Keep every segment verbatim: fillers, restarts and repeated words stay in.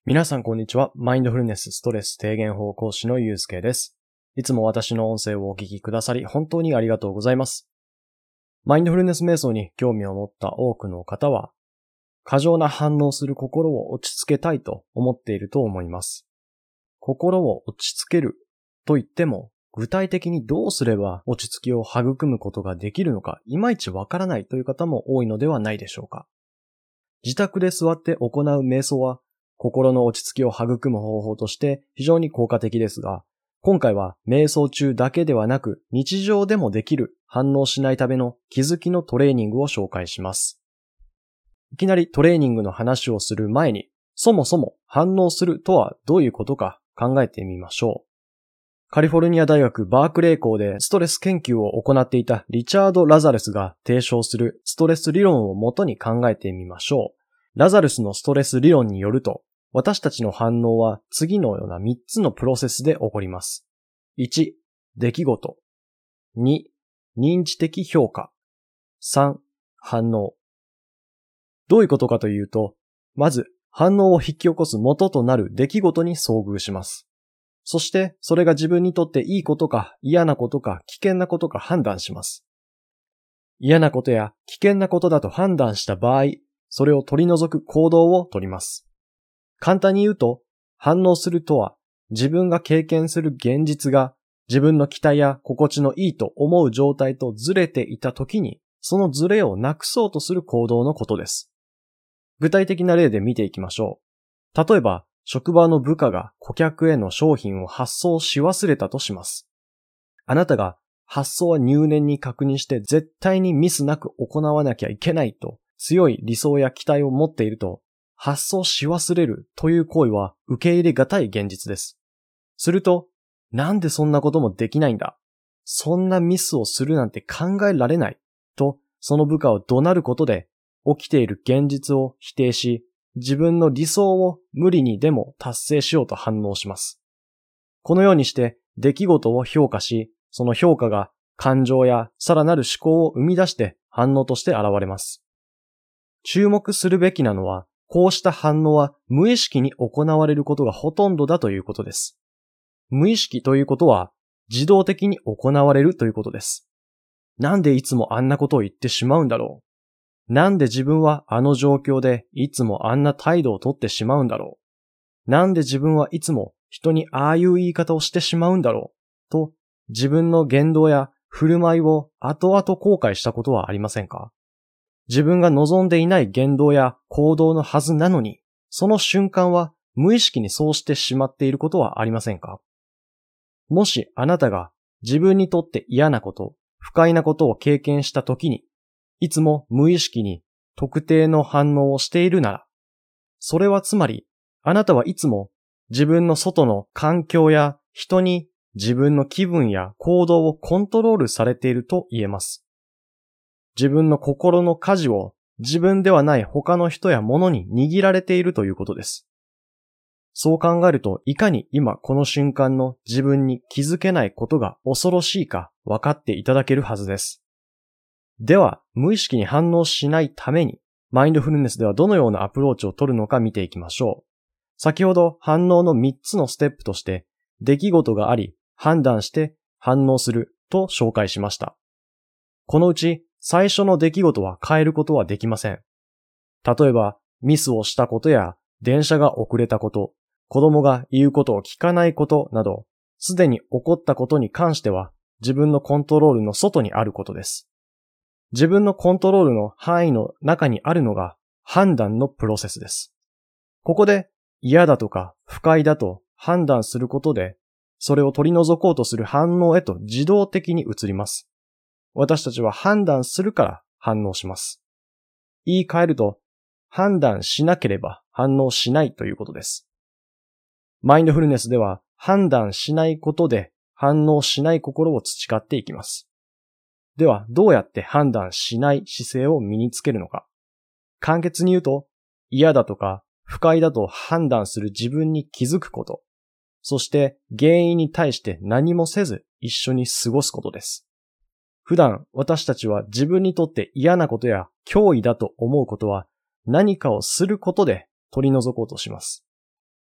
皆さんこんにちは。マインドフルネスストレス低減法講師のゆうすけです。いつも私の音声をお聞きくださり本当にありがとうございます。マインドフルネス瞑想に興味を持った多くの方は、過剰な反応する心を落ち着けたいと思っていると思います。心を落ち着けると言っても、具体的にどうすれば落ち着きを育むことができるのか、いまいちわからないという方も多いのではないでしょうか。自宅で座って行う瞑想は、心の落ち着きを育む方法として非常に効果的ですが、今回は瞑想中だけではなく日常でもできる反応しないための気づきのトレーニングを紹介します。いきなりトレーニングの話をする前に、そもそも反応するとはどういうことか考えてみましょう。カリフォルニア大学バークレー校でストレス研究を行っていたリチャード・ラザルスが提唱するストレス理論をもとに考えてみましょう。ラザルスのストレス理論によると、私たちの反応は次のようなみっつのプロセスで起こります。いち、出来事。に、認知的評価。さん、反応。どういうことかというと、まず反応を引き起こす元となる出来事に遭遇します。そしてそれが自分にとっていいことか嫌なことか危険なことか判断します。嫌なことや危険なことだと判断した場合、それを取り除く行動を取ります。簡単に言うと、反応するとは、自分が経験する現実が自分の期待や心地のいいと思う状態とずれていたときに、そのずれをなくそうとする行動のことです。具体的な例で見ていきましょう。例えば、職場の部下が顧客への商品を発送し忘れたとします。あなたが発送は入念に確認して絶対にミスなく行わなきゃいけないと強い理想や期待を持っていると、発送し忘れるという行為は受け入れがたい現実です。すると、なんでそんなこともできないんだ。そんなミスをするなんて考えられない。と、その部下を怒鳴ることで、起きている現実を否定し、自分の理想を無理にでも達成しようと反応します。このようにして出来事を評価し、その評価が感情やさらなる思考を生み出して反応として現れます。注目するべきなのは、こうした反応は無意識に行われることがほとんどだということです。無意識ということは自動的に行われるということです。なんでいつもあんなことを言ってしまうんだろう。なんで自分はあの状況でいつもあんな態度をとってしまうんだろう。なんで自分はいつも人にああいう言い方をしてしまうんだろう。と自分の言動や振る舞いを後々後悔したことはありませんか？自分が望んでいない言動や行動のはずなのに、その瞬間は無意識にそうしてしまっていることはありませんか？もしあなたが自分にとって嫌なこと、不快なことを経験したときに、いつも無意識に特定の反応をしているなら、それはつまりあなたはいつも自分の外の環境や人に自分の気分や行動をコントロールされていると言えます。自分の心の舵を自分ではない他の人や物に握られているということです。そう考えると、いかに今この瞬間の自分に気づけないことが恐ろしいか分かっていただけるはずです。では、無意識に反応しないために、マインドフルネスではどのようなアプローチを取るのか見ていきましょう。先ほど反応のみっつのステップとして、出来事があり、判断して反応すると紹介しました。このうち、最初の出来事は変えることはできません。例えば、ミスをしたことや、電車が遅れたこと、子供が言うことを聞かないことなど、すでに起こったことに関しては、自分のコントロールの外にあることです。自分のコントロールの範囲の中にあるのが、判断のプロセスです。ここで、嫌だとか不快だと判断することで、それを取り除こうとする反応へと自動的に移ります。私たちは判断するから反応します。言い換えると、判断しなければ反応しないということです。マインドフルネスでは判断しないことで反応しない心を培っていきます。では、どうやって判断しない姿勢を身につけるのか。簡潔に言うと、嫌だとか不快だと判断する自分に気づくこと、そして原因に対して何もせず一緒に過ごすことです。普段私たちは自分にとって嫌なことや脅威だと思うことは何かをすることで取り除こうとします。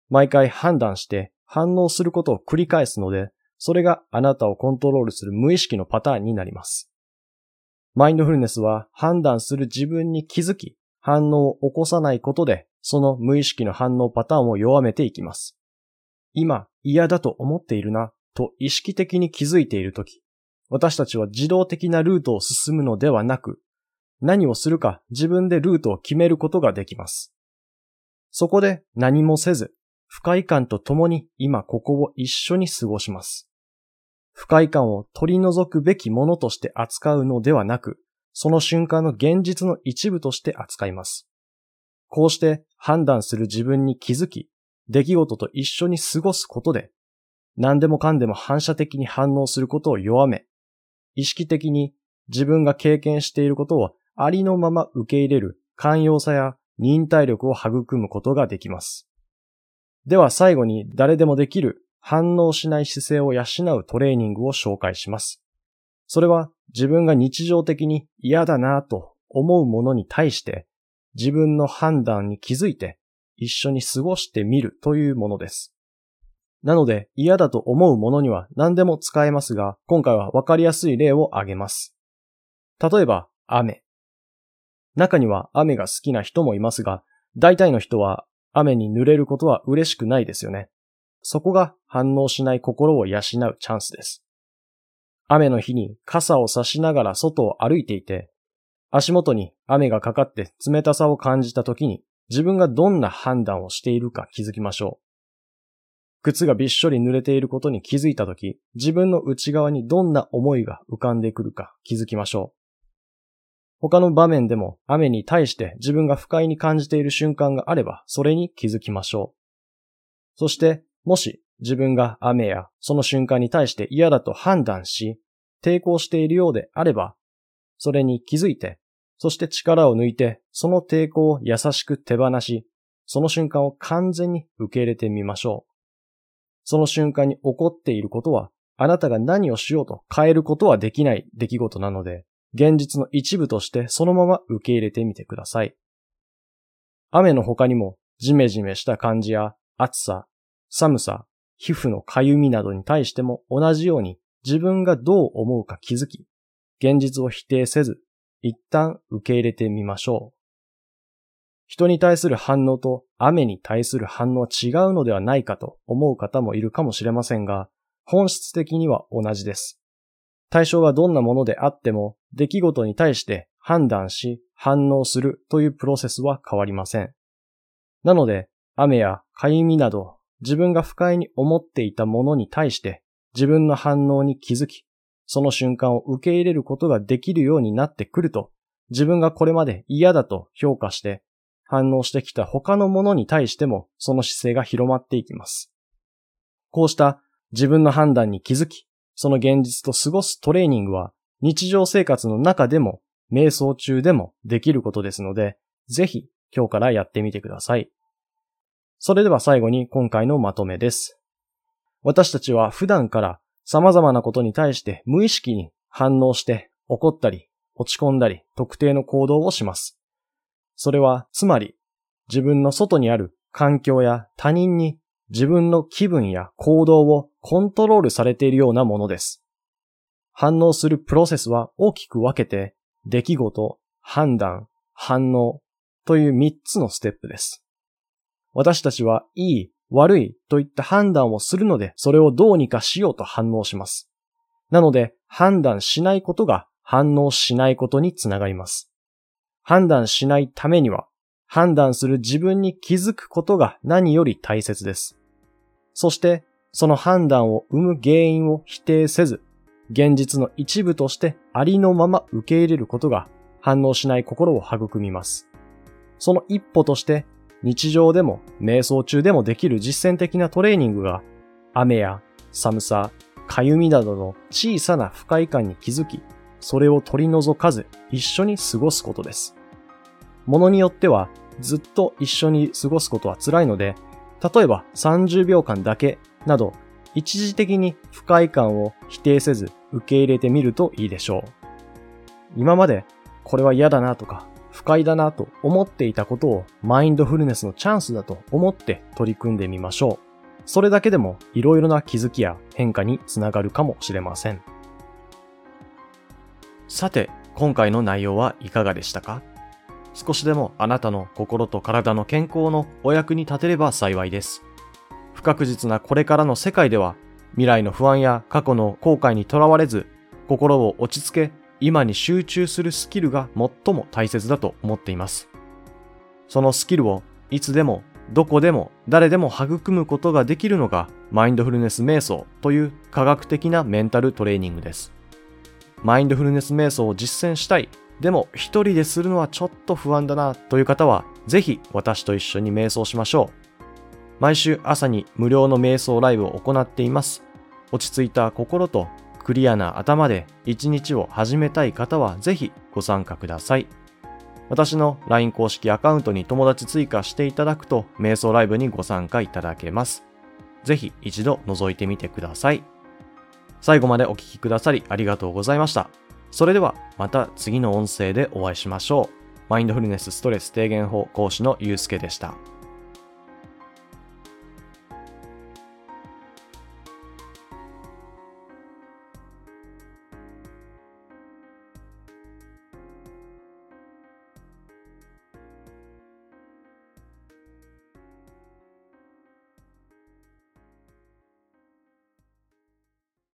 毎回判断して反応することを繰り返すので、それがあなたをコントロールする無意識のパターンになります。マインドフルネスは判断する自分に気づき、反応を起こさないことで、その無意識の反応パターンを弱めていきます。今、嫌だと思っているな、と意識的に気づいているとき、私たちは自動的なルートを進むのではなく、何をするか自分でルートを決めることができます。そこで何もせず、不快感と共に今ここを一緒に過ごします。不快感を取り除くべきものとして扱うのではなく、その瞬間の現実の一部として扱います。こうして判断する自分に気づき、出来事と一緒に過ごすことで、何でもかんでも反射的に反応することを弱め、意識的に自分が経験していることをありのまま受け入れる寛容さや忍耐力を育むことができます。では最後に誰でもできる反応しない姿勢を養うトレーニングを紹介します。それは自分が日常的に嫌だなぁと思うものに対して自分の判断に気づいて一緒に過ごしてみるというものです。なので嫌だと思うものには何でも使えますが、今回はわかりやすい例を挙げます。例えば雨。中には雨が好きな人もいますが、大体の人は雨に濡れることは嬉しくないですよね。そこが反応しない心を養うチャンスです。雨の日に傘を差しながら外を歩いていて、足元に雨がかかって冷たさを感じた時に自分がどんな判断をしているか気づきましょう。靴がびっしょり濡れていることに気づいた時、自分の内側にどんな思いが浮かんでくるか気づきましょう。他の場面でも雨に対して自分が不快に感じている瞬間があれば、それに気づきましょう。そして、もし自分が雨やその瞬間に対して嫌だと判断し、抵抗しているようであれば、それに気づいて、そして力を抜いて、その抵抗を優しく手放し、その瞬間を完全に受け入れてみましょう。その瞬間に起こっていることは、あなたが何をしようと変えることはできない出来事なので、現実の一部としてそのまま受け入れてみてください。雨の他にも、ジメジメした感じや暑さ、寒さ、皮膚のかゆみなどに対しても同じように自分がどう思うか気づき、現実を否定せず、一旦受け入れてみましょう。人に対する反応と雨に対する反応は違うのではないかと思う方もいるかもしれませんが、本質的には同じです。対象がどんなものであっても、出来事に対して判断し反応するというプロセスは変わりません。なので、雨やかゆみなど自分が不快に思っていたものに対して自分の反応に気づき、その瞬間を受け入れることができるようになってくると、自分がこれまで嫌だと評価して反応してきた他のものに対してもその姿勢が広まっていきます。こうした自分の判断に気づき、その現実と過ごすトレーニングは日常生活の中でも瞑想中でもできることですので、ぜひ今日からやってみてください。それでは最後に今回のまとめです。私たちは普段から様々なことに対して無意識に反応して怒ったり落ち込んだり特定の行動をします。それはつまり自分の外にある環境や他人に自分の気分や行動をコントロールされているようなものです。反応するプロセスは大きく分けて出来事、判断、反応というみっつのステップです。私たちはいい、悪いといった判断をするので、それをどうにかしようと反応します。なので、判断しないことが反応しないことにつながります。判断しないためには、判断する自分に気づくことが何より大切です。そして、その判断を生む原因を否定せず、現実の一部としてありのまま受け入れることが反応しない心を育みます。その一歩として、日常でも瞑想中でもできる実践的なトレーニングが、雨や寒さ、かゆみなどの小さな不快感に気づき、それを取り除かず一緒に過ごすことです。ものによってはずっと一緒に過ごすことは辛いので、例えばさんじゅうびょうかんだけなど、一時的に不快感を否定せず受け入れてみるといいでしょう。今までこれは嫌だなとか、 不快だなと思っていたことをマインドフルネスのチャンスだと思って取り組んでみましょう。それだけでもいろいろな気づきや変化につながるかもしれません。さて、今回の内容はいかがでしたか？少しでもあなたの心と体の健康のお役に立てれば幸いです。不確実なこれからの世界では、未来の不安や過去の後悔にとらわれず、心を落ち着け、今に集中するスキルが最も大切だと思っています。そのスキルをいつでも、どこでも、誰でも育むことができるのがマインドフルネス瞑想という科学的なメンタルトレーニングです。マインドフルネス瞑想を実践したい、でも一人でするのはちょっと不安だなという方は、ぜひ私と一緒に瞑想しましょう。毎週朝に無料の瞑想ライブを行っています。落ち着いた心とクリアな頭で一日を始めたい方はぜひご参加ください。私の ライン 公式アカウントに友達追加していただくと瞑想ライブにご参加いただけます。ぜひ一度覗いてみてください。最後までお聞きくださりありがとうございました。それではまた次の音声でお会いしましょう。マインドフルネスストレス低減法講師のゆうすけでした。